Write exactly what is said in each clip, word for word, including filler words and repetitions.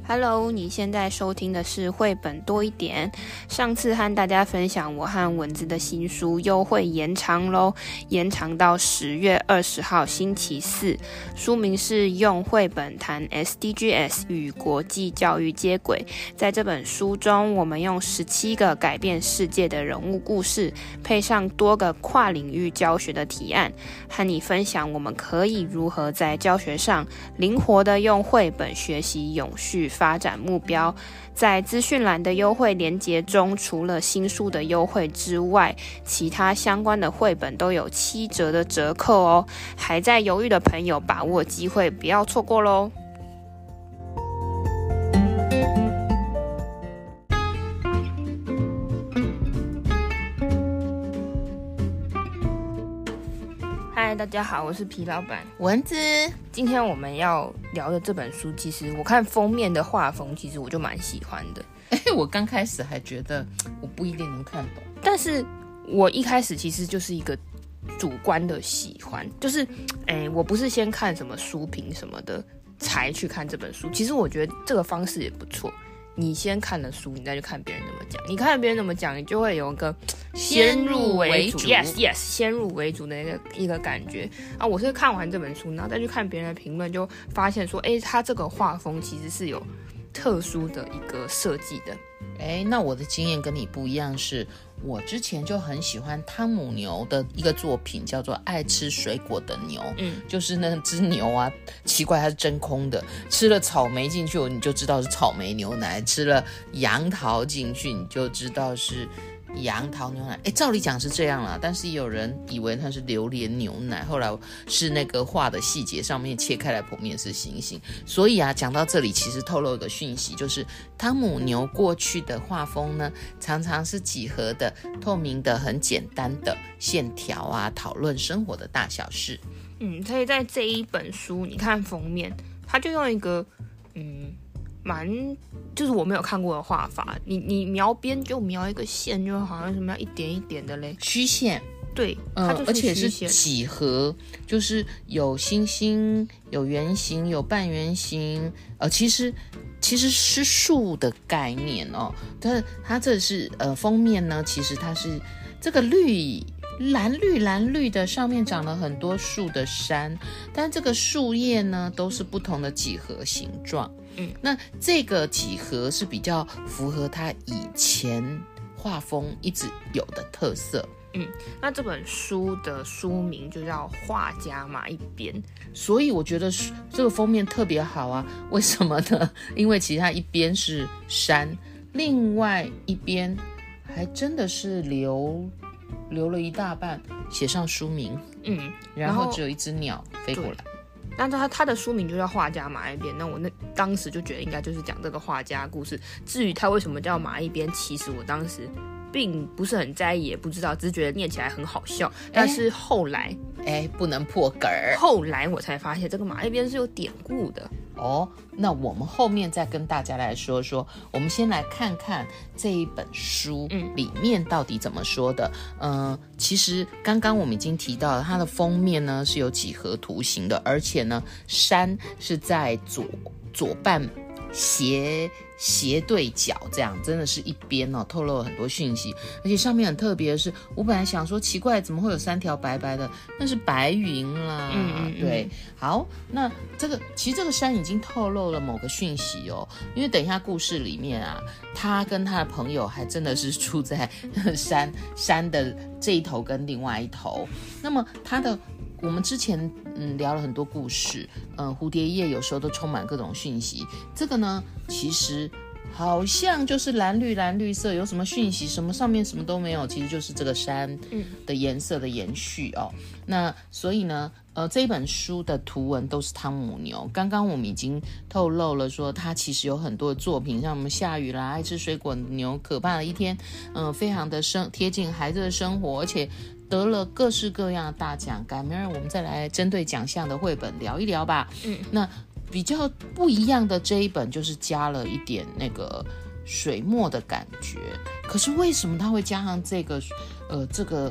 Hello， 你现在收听的是绘本多一点。上次和大家分享我和蚊子的新书优惠延长咯，延长到十月二十号星期四。书名是用绘本谈 S D Gs 与国际教育接轨。在这本书中，我们用十七个改变世界的人物故事，配上多个跨领域教学的提案，和你分享我们可以如何在教学上灵活地用绘本学习永续发展目标。在资讯栏的优惠连结中，除了新书的优惠之外，其他相关的绘本都有七折的折扣哦。还在犹豫的朋友，把握机会，不要错过咯。嗨，大家好，我是皮老板蚊子。 今天我们要聊的这本书，其实我看封面的画风，其实我就蛮喜欢的。 哎，我刚开始还觉得我不一定能看懂， 但是我一开始其实就是一个主观的喜欢，就是哎，我不是先看什么书评什么的才去看这本书。其实我觉得这个方式也不错。你先看了书，你再去看别人怎么讲。你看别人怎么讲，你就会有一个先入为主 ，yes yes， 先入为主的一个一个感觉啊。我是看完这本书，然后再去看别人的评论，就发现说，哎，他这个画风其实是有特殊的一个设计的。 哎，那我的经验跟你不一样是，我之前就很喜欢汤姆牛的一个作品，叫做《爱吃水果的牛》。嗯，就是那只牛啊，奇怪，它是真空的，吃了草莓进去，你就知道是草莓牛奶；吃了杨桃进去，你就知道是杨桃牛奶。哎，照理讲是这样啦，但是也有人以为它是榴莲牛奶，后来是那个画的细节上面切开来，剖面是星星。所以啊，讲到这里，其实透露一个讯息，就是汤姆牛过去的画风呢，常常是几何的、透明的、很简单的线条啊，讨论生活的大小事。 嗯，所以在这一本书，你看封面，他就用一个嗯。蛮就是我没有看过的画法，你你描边就描一个线，就好像什么要一点一点的嘞， 虚线， 对， 它就是虚线，而且是几几何，就是有星星、有圆形、有半圆形，呃，其实其实是树的概念哦。但是它这是呃封面呢，其实它是这个绿。蓝绿蓝绿的，上面长了很多树的山，但这个树叶呢都是不同的几何形状。嗯，那这个几何是比较符合它以前画风一直有的特色。 嗯，那这本书的书名就叫《画家马一边》， 所以我觉得这个封面特别好啊。为什么呢？因为其实它一边是山，另外一边还真的是留留了一大半，写上书名，嗯，然后只有一只鸟飞过来。 那他他的书名就叫画家马一边，那我那当时就觉得应该就是讲这个画家故事。至于他为什么叫马一边，其实我当时并不是很在意，也不知道，只是觉得念起来很好笑。但是后来， 哎，不能破梗儿。 后来我才发现，这个马一边是有典故的。 哦，那我们后面再跟大家来说说。我们先来看看这一本书里面到底怎么说的。嗯、呃，其实刚刚我们已经提到了，它的封面呢是有几何图形的，而且呢，山是在左左半斜斜对角，这样真的是一边哦，透露了很多讯息。而且上面很特别的是，我本来想说奇怪，怎么会有三条白白的？那是白云啦。嗯嗯嗯，对。好，那这个其实这个山已经透露了某个讯息哦，因为等一下故事里面啊，他跟他的朋友还真的是住在山山的这一头跟另外一头。那么他的。我们之前嗯聊了很多故事，嗯，蝴蝶页有时候都充满各种讯息。这个呢，其实好像就是蓝绿蓝绿色，有什么讯息，什么上面什么都没有，其实就是这个山的颜色的延续哦。嗯、那所以呢，呃，这一本书的图文都是汤姆牛。刚刚我们已经透露了说，它其实有很多的作品，像我们下雨啦，爱吃水果牛，可怕的一天，嗯、呃，非常的生贴近孩子的生活，而且。得了各式各样的大奖，改明儿我们再来针对奖项的绘本聊一聊吧。嗯，那比较不一样的这一本就是加了一点那个水墨的感觉，可是为什么它会加上这个呃这个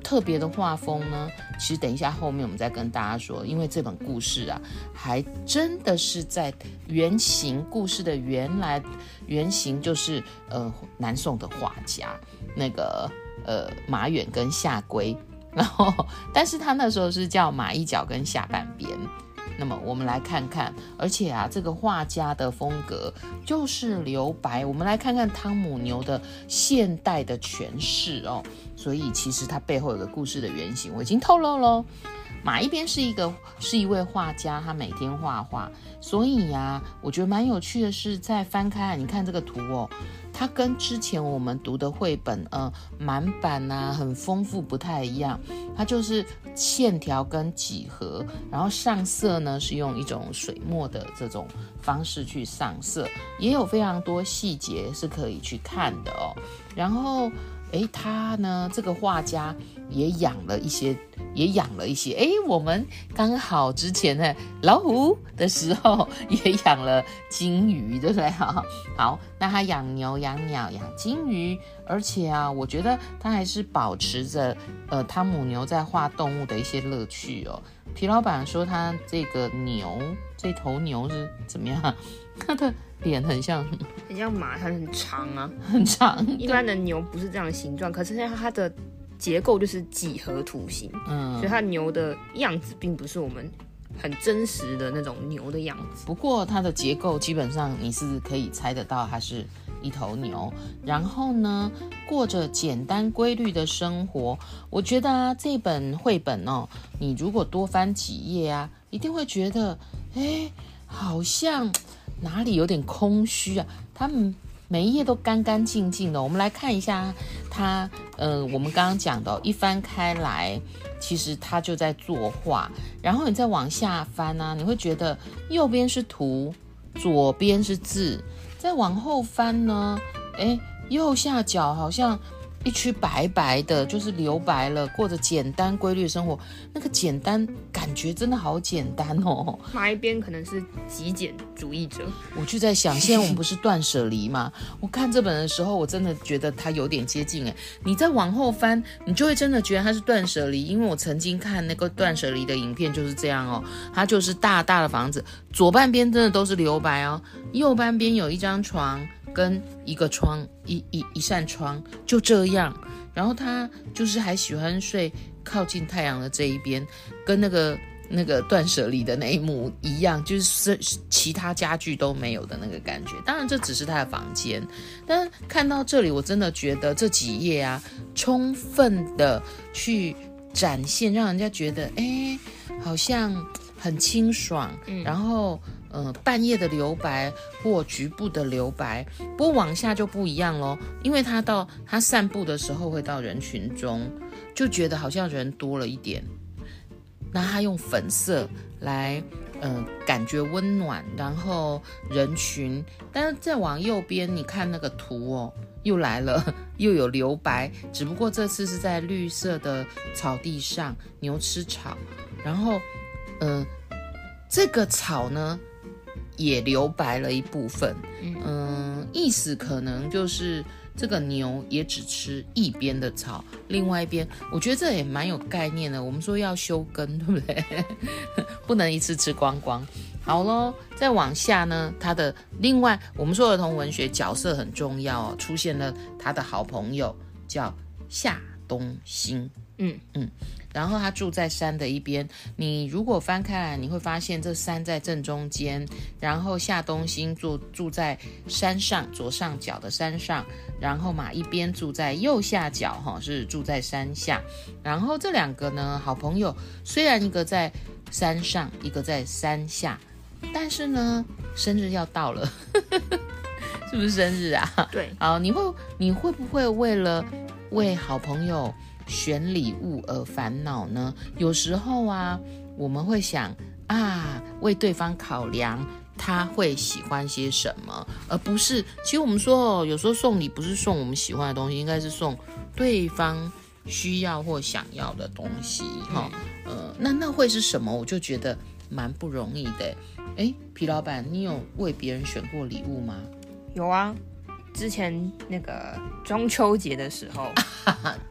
特别的画风呢，其实等一下后面我们再跟大家说，因为这本故事啊，还真的是在原型故事的原来原型就是呃南宋的画家那个呃马远跟夏圭，然后但是他那时候是叫马一角跟下半边。那么我们来看看，而且啊，这个画家的风格就是留白。我们来看看汤姆牛的现代的诠释哦。所以其实它背后有个故事的原型，我已经透露了。马一边是一个是一位画家，他每天画画，所以呀、啊，我觉得蛮有趣的是，在翻开你看这个图哦，它跟之前我们读的绘本呃满版啊很丰富不太一样，它就是线条跟几何，然后上色呢是用一种水墨的这种方式去上色，也有非常多细节是可以去看的哦。然后诶，他呢这个画家也养了一些也养了一些诶，我们刚好之前的老虎的时候也养了金鱼，对不对？好，那他养牛养鸟养金鱼，而且啊我觉得他还是保持着呃汤姆牛在画动物的一些乐趣哦。皮老板说他这个牛这头牛是怎么样，他的脸很像很像马，它很长啊， 很长。 一般的牛不是这样的形状，可是它的结构就是几何图形，嗯，所以它牛的样子并不是我们很真实的那种牛的样子。 不过它的结构基本上你是可以猜得到它是一头牛，然后呢过着简单规律的生活。我觉得啊这本绘本哦，你如果多翻几页啊，一定会觉得哎好像哪里有点空虚啊，他们每一页都干干净净的。我们来看一下它呃，我们刚刚讲的、哦、一翻开来其实它就在作画，然后你再往下翻啊，你会觉得右边是图，左边是字，再往后翻呢，诶，右下角好像一区白白的，就是留白了，过着简单规律的生活。那个简单感觉真的好简单哦。 马一边可能是极简主义者， 我就在想，现在我们不是断舍离吗？我看这本的时候，我真的觉得它有点接近哎。你再往后翻，你就会真的觉得它是断舍离，因为我曾经看那个断舍离的影片就是这样哦。它就是大大的房子，左半边真的都是留白哦，右半边有一张床。跟一个窗，一一一扇窗，就这样。然后他就是还喜欢睡靠近太阳的这一边，跟那个那个断舍离的那一幕一样，就是其他家具都没有的那个感觉。当然这只是他的房间，但是看到这里，我真的觉得这几页啊，充分的去展现，让人家觉得，哎，好像很清爽，嗯、然后。呃，半夜的留白或局部的留白，不过往下就不一样咯，因为他到他散步的时候会到人群中，就觉得好像人多了一点。那他用粉色来，呃，感觉温暖，然后人群。但是再往右边，你看那个图哦，又来了，又有留白，只不过这次是在绿色的草地上，牛吃草，然后，呃，这个草呢。也留白了一部分，嗯、呃，意思可能就是这个牛也只吃一边的草，另外一边，我觉得这也蛮有概念的。我们说要休耕，对不对？不能一次吃光光。好咯，再往下呢，他的另外我们说儿童文学角色很重要哦，出现了他的好朋友叫夏冬星，嗯嗯。然后他住在山的一边，你如果翻开来，你会发现这山在正中间，然后夏冬星住住在山上左上角的山上，然后马一边住在右下角，哈，是住在山下。然后这两个呢，好朋友虽然一个在山上，一个在山下，但是呢，生日要到了，是不是生日啊？ 对， 好，你会你会不会为了为好朋友？选礼物而烦恼呢？有时候啊，我们会想啊，为对方考量他会喜欢些什么，而不是，其实我们说哦，有时候送礼不是送我们喜欢的东西，应该是送对方需要或想要的东西哈、嗯。呃，那那会是什么？我就觉得蛮不容易的。哎，皮老板，你有为别人选过礼物吗？ 有啊。之前那个中秋节的时候，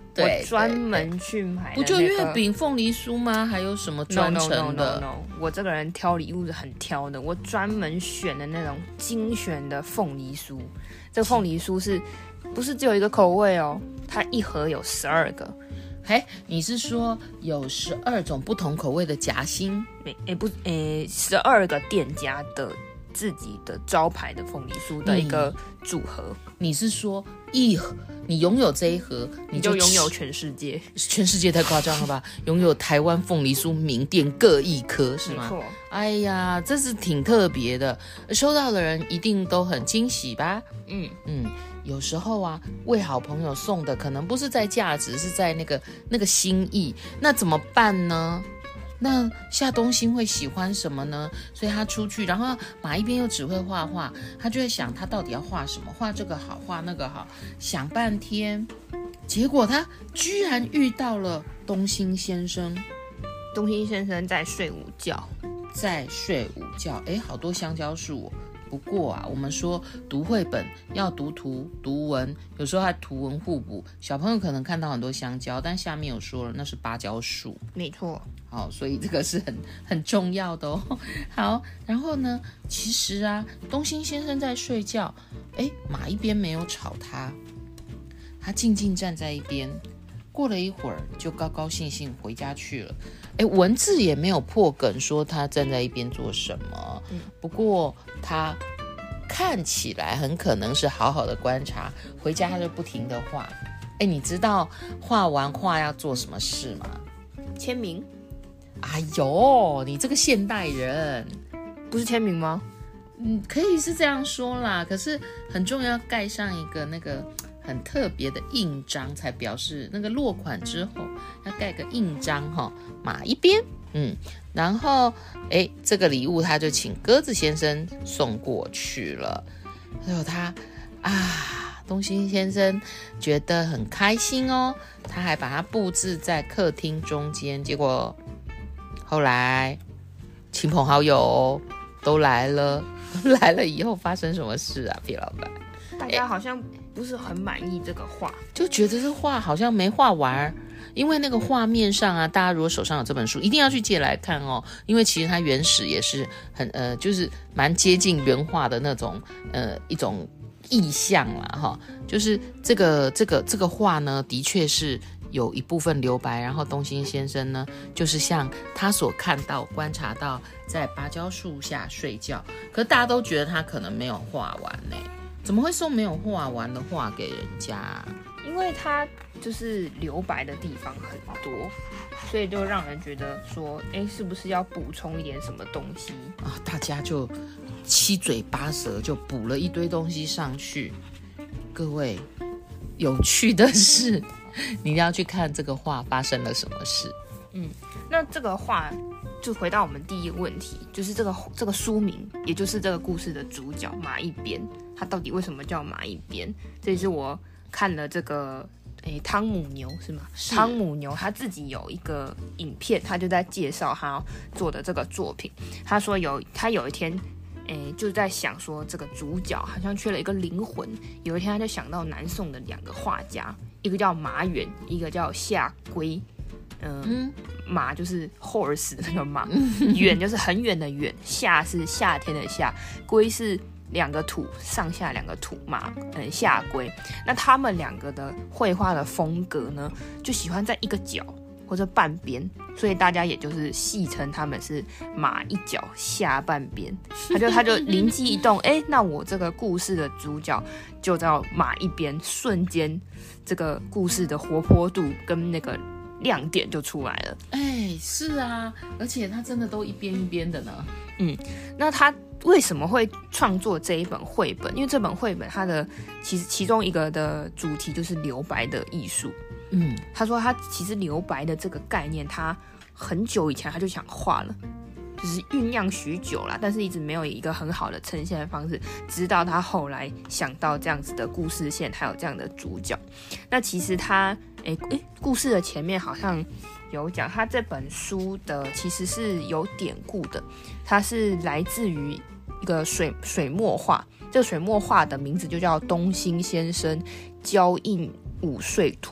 对， 我专门去买、那个、 不就月饼、凤梨酥吗？还有什么专程的 no, no, no, no, no, no. 我这个人挑礼物是很挑的，我专门选的那种精选的凤梨酥。这个凤梨酥是不是只有一个口味哦？它一盒有十二个。 哎，你是说有十二种不同口味的夹心？ 诶诶不诶，十二个店家的自己的招牌的凤梨酥的一个组合。 嗯、你是说一盒？你拥有这一盒， 你就拥有全世界？ 全世界太夸张了吧？拥有台湾凤梨酥名店各一颗是吗？ 没错。 哎呀，这是挺特别的，收到的人一定都很惊喜吧？ 嗯嗯。有时候啊，为好朋友送的可能不是在价值，是在那个那个心意。那怎么办呢？那夏东新会喜欢什么呢？所以他出去，然后马一边又只会画画，他就会想他到底要画什么，画这个好，画那个好，想半天，结果他居然遇到了东新先生。 东新先生在睡午觉， 在睡午觉。哎，好多香蕉树哦。不过啊，我们说读绘本要读图读文，有时候还图文互补。小朋友可能看到很多香蕉，但下面有说了那是芭蕉树， 没错。 好，所以这个是很很重要的哦。好，然后呢，其实啊，东新先生在睡觉，哎，马一边没有吵他，他静静站在一边。过了一会儿，就高高兴兴回家去了。哎，文字也没有破梗说他站在一边做什么，嗯、不过他看起来很可能是好好的观察。回家他就不停的画。哎，你知道画完画要做什么事吗？ 签名。 哎呦，你这个现代人， 不是签名吗？ 嗯，可以是这样说啦。可是很重要，盖上一个那个很特别的印章，才表示那个落款之后要盖个印章哈，马一边，嗯，然后哎，这个礼物他就请鸽子先生送过去了。还有他啊，东新先生觉得很开心哦，他还把它布置在客厅中间。结果后来亲朋好友都来了，来了以后发生什么事啊，皮老板？ 大家好像不是很满意这个画， 就觉得这画好像没画完，因为那个画面上啊，大家如果手上有这本书，一定要去借来看哦，因为其实它原始也是很呃，就是蛮接近原画的那种呃一种意象啦哈，就是这个这个这个画呢，的确是有一部分留白，然后东新先生呢，就是像他所看到、观察到，在芭蕉树下睡觉，可大家都觉得他可能没有画完呢。怎么会送没有画完的画给人家啊？ 因为它就是留白的地方很多，所以就让人觉得说，哎，是不是要补充一点什么东西啊？大家就七嘴八舌就补了一堆东西上去。各位，有趣的是，你要去看这个画发生了什么事。 嗯，那这个画就回到我们第一个问题，就是这个这个书名，也就是这个故事的主角马一边，他到底为什么叫马一边？这也是我看了这个诶汤姆牛是吗？是汤姆牛他自己有一个影片，他就在介绍他做的这个作品。他说有他有一天诶就在想说，这个主角好像缺了一个灵魂。有一天他就想到南宋的两个画家，一个叫马远，一个叫夏圭。呃、嗯，马就是 horse 的那个马，远就是很远的远，夏是夏天的夏，龟是两个土，上下两个土马，嗯，夏龟。那他们两个的绘画的风格呢，就喜欢在一个角或者半边，所以大家也就是戏称他们是马一角下半边。他就他就灵机一动，哎，那我这个故事的主角就叫马一边，瞬间这个故事的活泼度跟那个亮点就出来了。 哎，是啊，而且他真的都一边一边的呢。 嗯，那他为什么会创作这一本绘本？因为这本绘本它的其实其中一个的主题就是留白的艺术。嗯，他说他其实留白的这个概念，他很久以前他就想画了，就是酝酿许久啦，但是一直没有一个很好的呈现的方式，直到他后来想到这样子的故事线，还有这样的主角。那其实他诶诶，故事的前面好像有讲，他这本书的其实是有典故的，它是来自于一个水水墨画，这个水墨画的名字就叫东新先生胶印午睡图。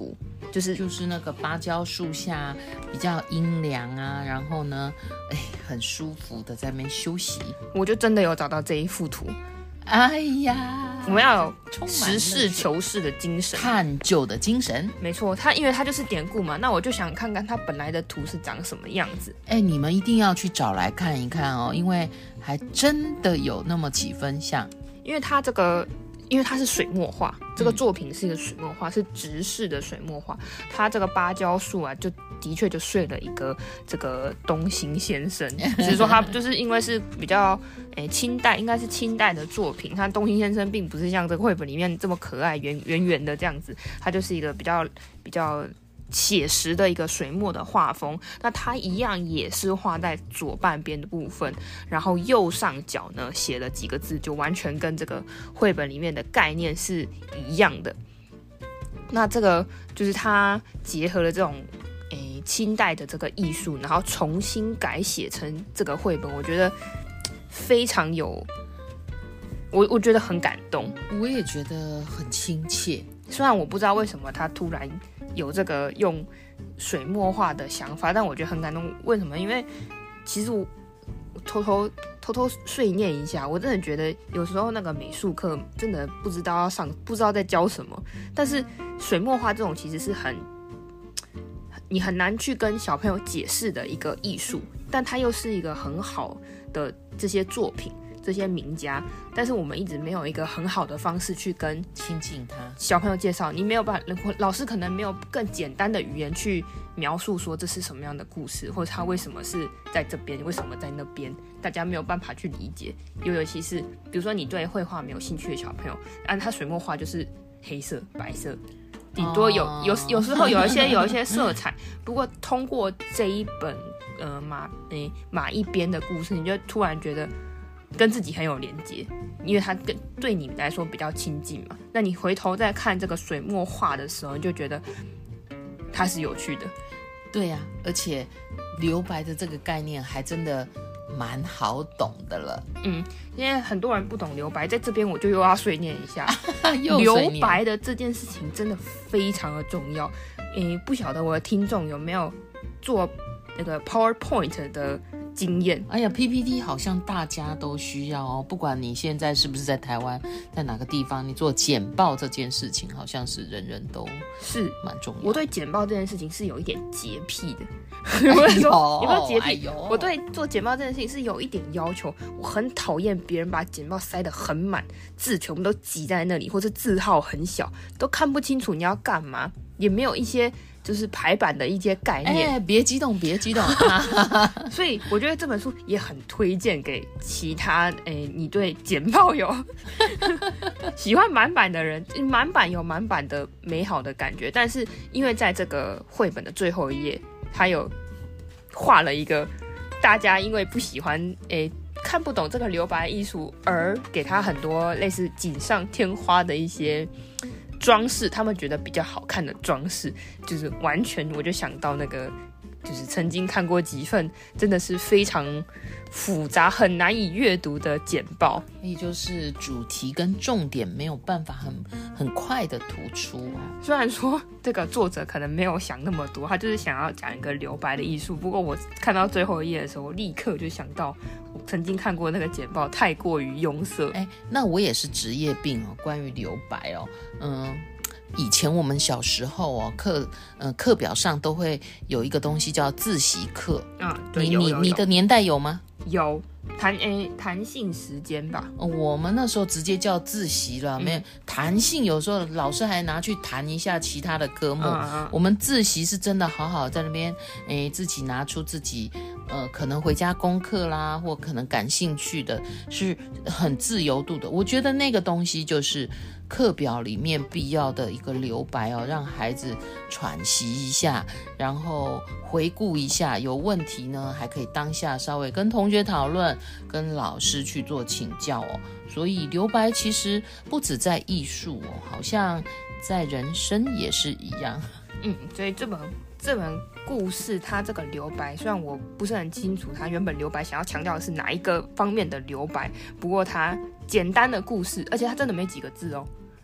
就是就是那个芭蕉树下比较阴凉啊，然后呢，哎，很舒服的在那边休息。 我就真的有找到这一幅图。 哎呀， 我们要有实事求是的精神， 探究的精神。 没错，它因为它就是典故嘛，那我就想看看它本来的图是长什么样子。 哎，你们一定要去找来看一看哦，因为还真的有那么几分像。 因为它这个，因为它是水墨画，这个作品是一个水墨画，嗯、是直视的水墨画。它这个芭蕉树啊，就的确就睡了一个这个东兴先生，只是说他就是因为是比较诶清代，应该是清代的作品。他东兴先生并不是像这个绘本里面这么可爱圆圆圆的这样子，他就是一个比较比较写实的一个水墨的画风。那它一样也是画在左半边的部分，然后右上角呢写了几个字，就完全跟这个绘本里面的概念是一样的。那这个就是它结合了这种诶清代的这个艺术，然后重新改写成这个绘本，我觉得非常有，我我觉得很感动， 我也觉得很亲切。 虽然我不知道为什么他突然有这个用水墨画的想法，但我觉得很感动。为什么？因为其实我偷偷偷偷碎念一下，我真的觉得有时候那个美术课真的不知道要上，不知道在教什么。但是水墨画这种其实是很你很难去跟小朋友解释的一个艺术，但它又是一个很好的这些作品。这些名家，但是我们一直没有一个很好的方式去跟亲近他小朋友介绍，你没有办法，老师可能没有更简单的语言去描述说这是什么样的故事，或者他为什么是在这边，为什么在那边，大家没有办法去理解。尤其是比如说你对绘画没有兴趣的小朋友，按他水墨画就是黑色、白色，顶多有、哦、有有时候有一些有一些色彩，不过通过这一本呃马诶马一边的故事，你就突然觉得跟自己很有连结，因为它跟对你来说比较亲近嘛。那你回头再看这个水墨画的时候，你就觉得它是有趣的。 对呀、啊，而且留白的这个概念还真的蛮好懂的了。 嗯，因为很多人不懂留白，在这边我就又要碎念一下，留白的这件事情真的非常的重要。诶，不晓得我的听众有没有做那个 PowerPoint 的经验。 哎呀 P P T 好像大家都需要哦，不管你现在是不是在台湾，在哪个地方，你做简报这件事情好像是人人都是蛮重要的。 我对简报这件事情是有一点洁癖的。有没有说有没有洁癖、哎、我对做简报这件事情是有一点要求，我很讨厌别人把简报塞得很满，字全部都挤在那里，或者字号很小，都看不清楚你要干嘛，也没有一些就是排版的一些概念。 哎，别激动，别激动。 所以我觉得这本书也很推荐给其他哎，你对简报有喜欢满版的人，满版有满版的美好的感觉，但是因为在这个绘本的最后一页，他有画了一个大家因为不喜欢诶看不懂这个留白艺术而给他很多类似锦上添花的一些装饰，他们觉得比较好看的装饰，就是完全我就想到那个就是曾经看过几份真的是非常复杂很难以阅读的简报， 也就是主题跟重点没有办法很很快的突出。 虽然说这个作者可能没有想那么多，他就是想要讲一个留白的艺术，不过我看到最后一页的时候，立刻就想到我曾经看过那个简报太过于庸塞。 哎，那我也是职业病哦，关于留白哦，嗯。以前我们小时候哦，课呃课表上都会有一个东西叫自习课啊，对， 你有有有你你的年代有吗？ 有弹诶弹性时间吧、 哦，我们那时候直接叫自习了，嗯、没有弹性，有时候老师还拿去弹一下其他的科目。嗯嗯我们自习是真的好好在那边诶自己拿出自己呃可能回家功课啦，或可能感兴趣的，是很自由度的。我觉得那个东西就是课表里面必要的一个留白哦，让孩子喘息一下，然后回顾一下，有问题呢还可以当下稍微跟同学讨论，跟老师去做请教哦。所以留白其实不止在艺术哦，好像在人生也是一样。 嗯，所以这本这本故事它这个留白，虽然我不是很清楚它原本留白想要强调的是哪一个方面的留白，不过它简单的故事，而且它真的没几个字哦。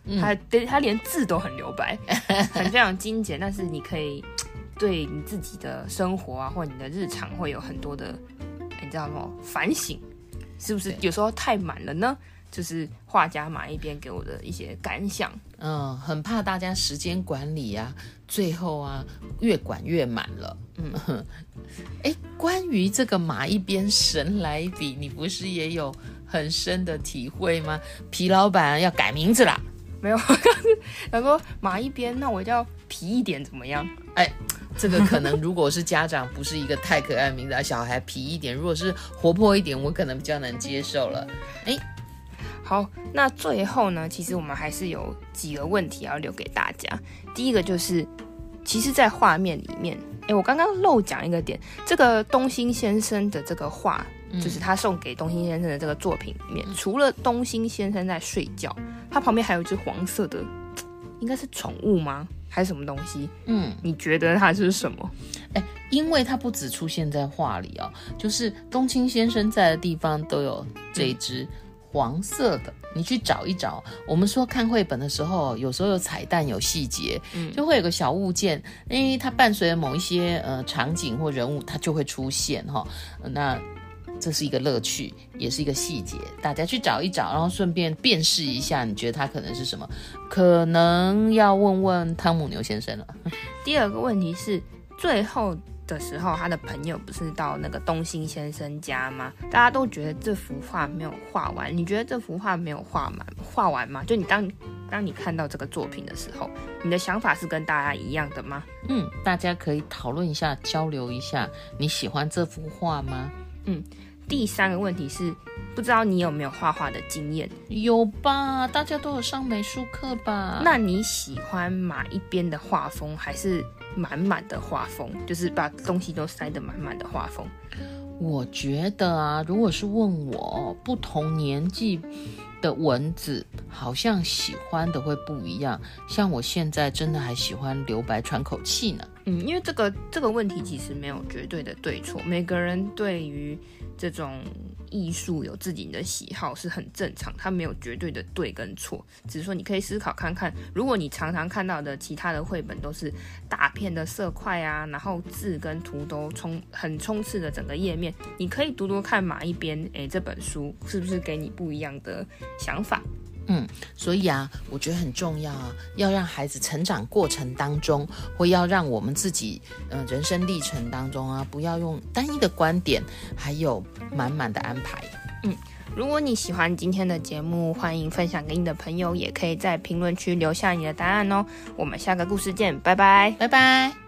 嗯、他他连字都很留白，很非常精简，但是你可以对你自己的生活啊，或者你的日常会有很多的，你知道吗？反省，是不是有时候太满了呢？就是画家马一边给我的一些感想。 嗯，很怕大家时间管理啊，最后啊越管越满了。嗯，哎，关于这个马一边神来笔，你不是也有很深的体会吗？皮老板要改名字啦。 没有，他说马一边，那我叫皮一点怎么样？ 哎，这个可能如果是家长不是一个太可爱的名字，小孩皮一点，如果是活泼一点，我可能比较能接受了。哎。 好，那最后呢，其实我们还是有几个问题要留给大家。第一个就是，其实在画面里面，诶，我刚刚漏讲一个点，这个东兴先生的这个画，嗯、就是他送给东兴先生的这个作品里面，嗯、除了东兴先生在睡觉，他旁边还有一只黄色的，应该是宠物吗？还是什么东西？嗯，你觉得它是什么？ 哎，因为它不只出现在画里哦，就是东兴先生在的地方都有这一只。嗯黄色的，你去找一找。我们说看绘本的时候，有时候有彩蛋、有细节，嗯、就会有个小物件，因为它伴随着某一些呃场景或人物，它就会出现哈、呃。那这是一个乐趣，也是一个细节，大家去找一找，然后顺便辨识一下，你觉得它可能是什么？可能要问问汤姆牛先生了。 第二个问题是最后的时候，他的朋友不是到那个东兴先生家吗？大家都觉得这幅画没有画完，你觉得这幅画没有画完画完吗？就你当当你看到这个作品的时候，你的想法是跟大家一样的吗？ 嗯，大家可以讨论一下，交流一下，你喜欢这幅画吗？ 嗯，第三个问题是，不知道你有没有画画的经验？ 有吧，大家都有上美术课吧？ 那你喜欢马一边的画风，还是满满的画风，就是把东西都塞得满满的画风？ 我觉得啊，如果是问我不同年纪的蚊子，好像喜欢的会不一样。像我现在真的还喜欢留白喘口气呢。 嗯，因为这个这个问题其实没有绝对的对错，每个人对于这种艺术有自己的喜好是很正常，它没有绝对的对跟错，只是说你可以思考看看，如果你常常看到的其他的绘本都是大片的色块啊，然后字跟图都充很充斥的整个页面，你可以读读看马一边，诶，这本书是不是给你不一样的想法？ 嗯，所以啊，我觉得很重要啊，要让孩子成长过程当中，或要让我们自己，呃，人生历程当中啊，不要用单一的观点，还有满满的安排。 嗯，如果你喜欢今天的节目，欢迎分享给你的朋友，也可以在评论区留下你的答案哦。我们下个故事见，拜拜， 拜拜。